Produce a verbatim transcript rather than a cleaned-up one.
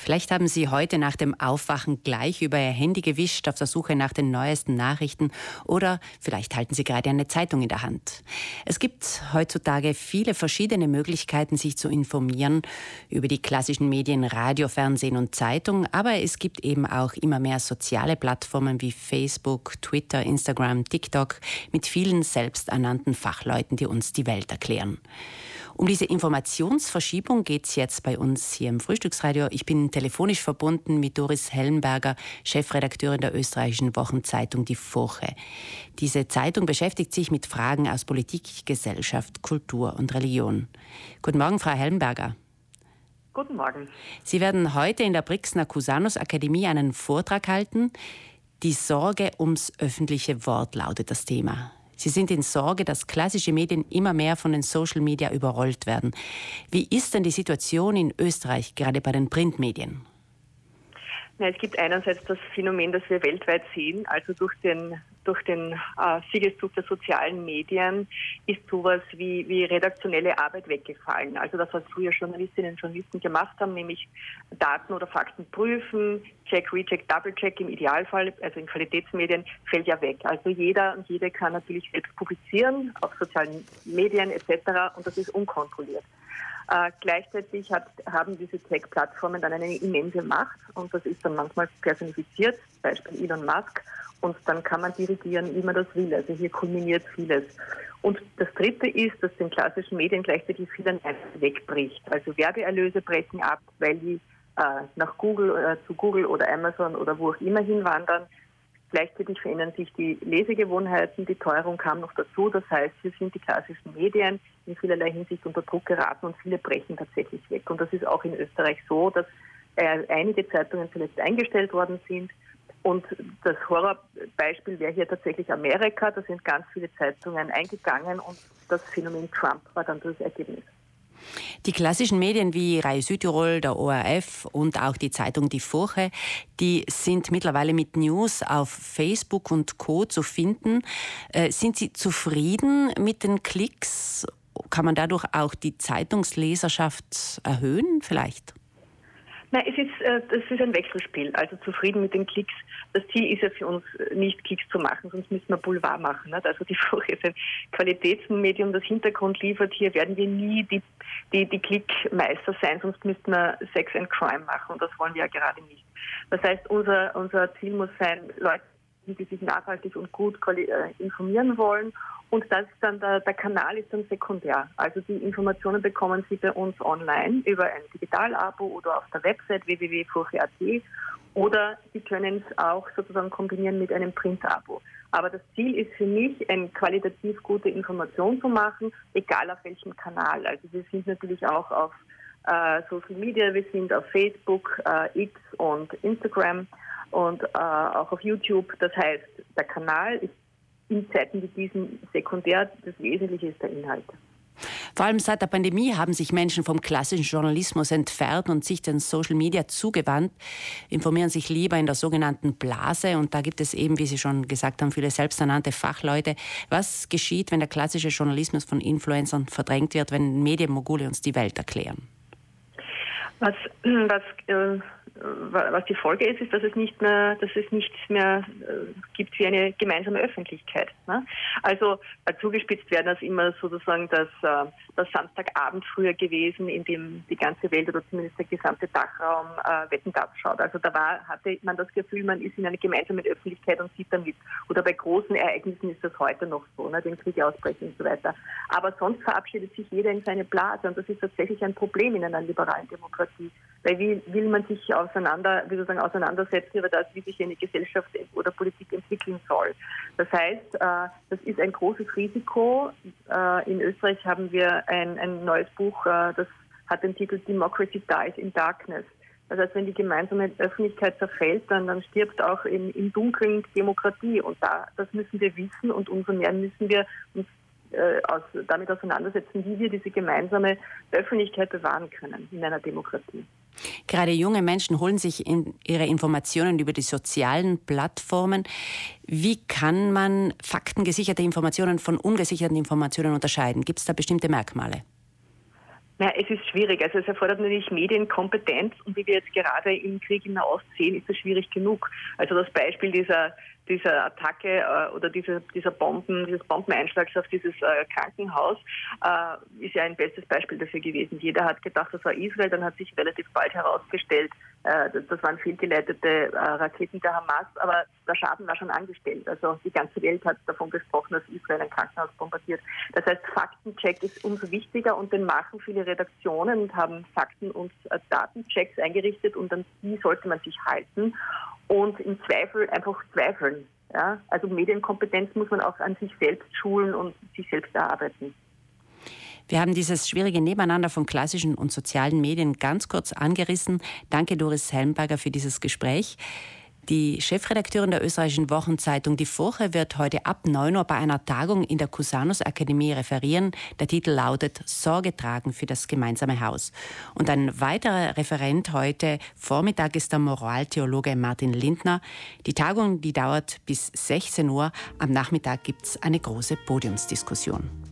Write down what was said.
Vielleicht haben Sie heute nach dem Aufwachen gleich über Ihr Handy gewischt auf der Suche nach den neuesten Nachrichten oder vielleicht halten Sie gerade eine Zeitung in der Hand. Es gibt heutzutage viele verschiedene Möglichkeiten, sich zu informieren über die klassischen Medien Radio, Fernsehen und Zeitung, aber es gibt eben auch immer mehr soziale Plattformen wie Facebook, Twitter, Instagram, TikTok mit vielen selbsternannten Fachleuten, die uns die Welt erklären. Um diese Informationsverschiebung geht es jetzt bei uns hier im Frühstücksradio. Ich bin telefonisch verbunden mit Doris Hellenberger, Chefredakteurin der österreichischen Wochenzeitung Die Furche. Diese Zeitung beschäftigt sich mit Fragen aus Politik, Gesellschaft, Kultur und Religion. Guten Morgen, Frau Hellenberger. Guten Morgen. Sie werden heute in der Brixner Cusanus Akademie einen Vortrag halten. Die Sorge ums öffentliche Wort lautet das Thema. Sie sind in Sorge, dass klassische Medien immer mehr von den Social Media überrollt werden. Wie ist denn die Situation in Österreich, gerade bei den Printmedien? Na, es gibt einerseits das Phänomen, das wir weltweit sehen, also durch den, durch den äh, Siegeszug der sozialen Medien ist sowas wie, wie redaktionelle Arbeit weggefallen. Also das, was früher Journalistinnen und Journalisten gemacht haben, nämlich Daten oder Fakten prüfen, Check, Recheck, Double-Check im Idealfall, also in Qualitätsmedien, fällt ja weg. Also jeder und jede kann natürlich selbst publizieren auf sozialen Medien et cetera und das ist unkontrolliert. Äh, gleichzeitig hat, haben diese Tech-Plattformen dann eine immense Macht und das ist dann manchmal personifiziert, Beispiel Elon Musk, und dann kann man dirigieren, wie man das will. Also hier kulminiert vieles. Und das Dritte ist, dass den klassischen Medien gleichzeitig viel an einem wegbricht. Also Werbeerlöse brechen ab, weil die äh, nach Google, äh, zu Google oder Amazon oder wo auch immer hinwandern. Gleichzeitig verändern sich die Lesegewohnheiten, die Teuerung kam noch dazu. Das heißt, hier sind die klassischen Medien in vielerlei Hinsicht unter Druck geraten und viele brechen tatsächlich weg. Und das ist auch in Österreich so, dass äh, einige Zeitungen zuletzt eingestellt worden sind. Und das Horrorbeispiel wäre hier tatsächlich Amerika. Da sind ganz viele Zeitungen eingegangen und das Phänomen Trump war dann das Ergebnis. Die klassischen Medien wie Radio Südtirol, der O R F und auch die Zeitung Die Furche, die sind mittlerweile mit News auf Facebook und Co. zu finden. Äh, sind Sie zufrieden mit den Klicks? Kann man dadurch auch die Zeitungsleserschaft erhöhen vielleicht? Nein, es ist, äh, das ist ein Wechselspiel, also zufrieden mit den Klicks. Das Ziel ist ja für uns nicht, Klicks zu machen, sonst müssen wir Boulevard machen. Nicht? Also die Furche ist ein Qualitätsmedium, das Hintergrund liefert. Hier werden wir nie die, die, die Klickmeister sein, sonst müssten wir Sex and Crime machen und das wollen wir ja gerade nicht. Das heißt, unser, unser Ziel muss sein, Leute, die sich nachhaltig und gut informieren wollen. Und das ist dann der, der Kanal ist dann sekundär. Also die Informationen bekommen Sie bei uns online über ein Digital-Abo oder auf der Website w w w punkt furche punkt a t oder Sie können es auch sozusagen kombinieren mit einem Print-Abo. Aber das Ziel ist für mich, eine qualitativ gute Information zu machen, egal auf welchem Kanal. Also wir sind natürlich auch auf äh, Social Media, wir sind auf Facebook, äh, X und Instagram und äh, auch auf YouTube. Das heißt, der Kanal ist in Zeiten wie diesen sekundär, das Wesentliche ist der Inhalt. Vor allem seit der Pandemie haben sich Menschen vom klassischen Journalismus entfernt und sich den Social Media zugewandt, informieren sich lieber in der sogenannten Blase. Und da gibt es eben, wie Sie schon gesagt haben, viele selbsternannte Fachleute. Was geschieht, wenn der klassische Journalismus von Influencern verdrängt wird, wenn Medienmogule uns die Welt erklären? Was, was äh Was die Folge ist, ist, dass es nicht mehr, dass es nichts mehr äh, gibt wie eine gemeinsame Öffentlichkeit. Ne? Also äh, zugespitzt werden das immer sozusagen das, äh, das Samstagabend früher gewesen, in dem die ganze Welt oder zumindest der gesamte Dachraum äh, Wetten, dass schaut. Also da war, hatte man das Gefühl, man ist in einer gemeinsamen Öffentlichkeit und sieht damit. Oder bei großen Ereignissen ist das heute noch so, ne? Den Krieg ausbrechen und so weiter. Aber sonst verabschiedet sich jeder in seine Blase und das ist tatsächlich ein Problem in einer liberalen Demokratie. Weil wie will man sich auseinander, wie sozusagen auseinandersetzen über das, wie sich eine Gesellschaft oder Politik entwickeln soll. Das heißt, äh, das ist ein großes Risiko. Äh, in Österreich haben wir ein, ein neues Buch, äh, das hat den Titel Democracy Dies in Darkness. Das heißt, wenn die gemeinsame Öffentlichkeit zerfällt, dann, dann stirbt auch in, im Dunkeln Demokratie. Und da, das müssen wir wissen und umso mehr müssen wir uns äh, aus, damit auseinandersetzen, wie wir diese gemeinsame Öffentlichkeit bewahren können in einer Demokratie. Gerade junge Menschen holen sich in ihre Informationen über die sozialen Plattformen. Wie kann man faktengesicherte Informationen von ungesicherten Informationen unterscheiden? Gibt es da bestimmte Merkmale? Na, es ist schwierig. Also es erfordert natürlich Medienkompetenz und wie wir jetzt gerade im Krieg in Nahost sehen, ist es schwierig genug. Also das Beispiel dieser dieser Attacke äh, oder dieser, dieser Bomben, dieses Bombeneinschlags auf dieses äh, Krankenhaus äh, ist ja ein bestes Beispiel dafür gewesen. Jeder hat gedacht, das war Israel, dann hat sich relativ bald herausgestellt, äh, das, das waren fehlgeleitete äh, Raketen der Hamas, aber der Schaden war schon angestellt. Also die ganze Welt hat davon gesprochen, dass Israel ein Krankenhaus bombardiert. Das heißt, Faktencheck ist umso wichtiger und den machen viele Redaktionen und haben Fakten- und äh, Datenchecks eingerichtet und an die sollte man sich halten. Und im Zweifel einfach zweifeln. Ja? Also Medienkompetenz muss man auch an sich selbst schulen und sich selbst erarbeiten. Wir haben dieses schwierige Nebeneinander von klassischen und sozialen Medien ganz kurz angerissen. Danke, Doris Helmberger, für dieses Gespräch. Die Chefredakteurin der österreichischen Wochenzeitung Die Furche wird heute ab neun Uhr bei einer Tagung in der Cusanus-Akademie referieren. Der Titel lautet Sorge tragen für das gemeinsame Haus. Und ein weiterer Referent heute Vormittag ist der Moraltheologe Martin Lindner. Die Tagung, die dauert bis sechzehn Uhr. Am Nachmittag gibt es eine große Podiumsdiskussion.